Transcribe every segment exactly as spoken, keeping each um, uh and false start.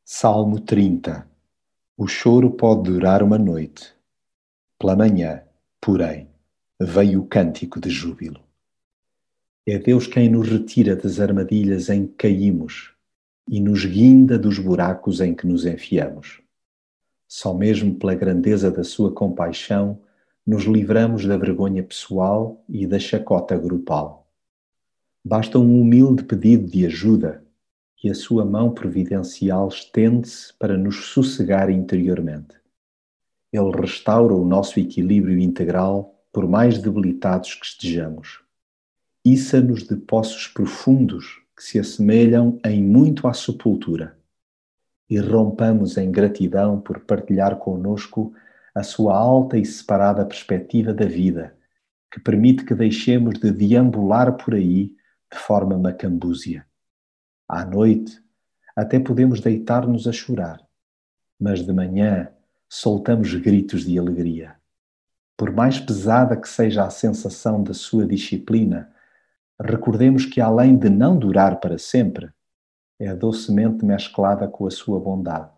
Salmo trinta. O choro pode durar uma noite. Pela manhã, porém, veio o cântico de júbilo. É Deus quem nos retira das armadilhas em que caímos e nos guinda dos buracos em que nos enfiamos. Só mesmo pela grandeza da sua compaixão nos livramos da vergonha pessoal e da chacota grupal. Basta um humilde pedido de ajuda e a sua mão providencial estende-se para nos sossegar interiormente. Ele restaura o nosso equilíbrio integral por mais debilitados que estejamos. Issa-nos de poços profundos que se assemelham em muito à sepultura. E rompamos em gratidão por partilhar conosco a sua alta e separada perspectiva da vida, que permite que deixemos de deambular por aí de forma macambúzia. À noite, até podemos deitar-nos a chorar, mas de manhã soltamos gritos de alegria. Por mais pesada que seja a sensação da sua disciplina, recordemos que além de não durar para sempre, é docemente mesclada com a sua bondade.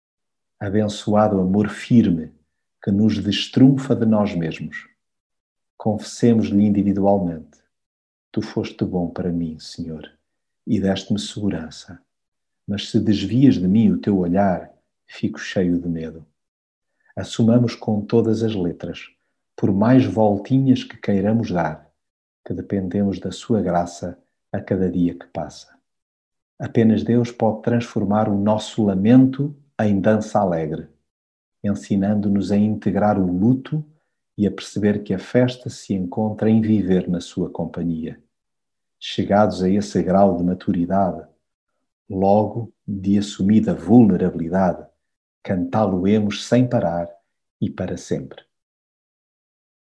Abençoado amor firme que nos destrunfa de nós mesmos. Confessemos-lhe individualmente: Tu foste bom para mim, Senhor, e deste-me segurança. Mas se desvias de mim o teu olhar, fico cheio de medo. Assumamos com todas as letras, por mais voltinhas que queiramos dar, que dependemos da sua graça a cada dia que passa. Apenas Deus pode transformar o nosso lamento em dança alegre, ensinando-nos a integrar o luto e a perceber que a festa se encontra em viver na sua companhia. Chegados a esse grau de maturidade, logo, de assumida vulnerabilidade, cantá-lo-emos sem parar e para sempre.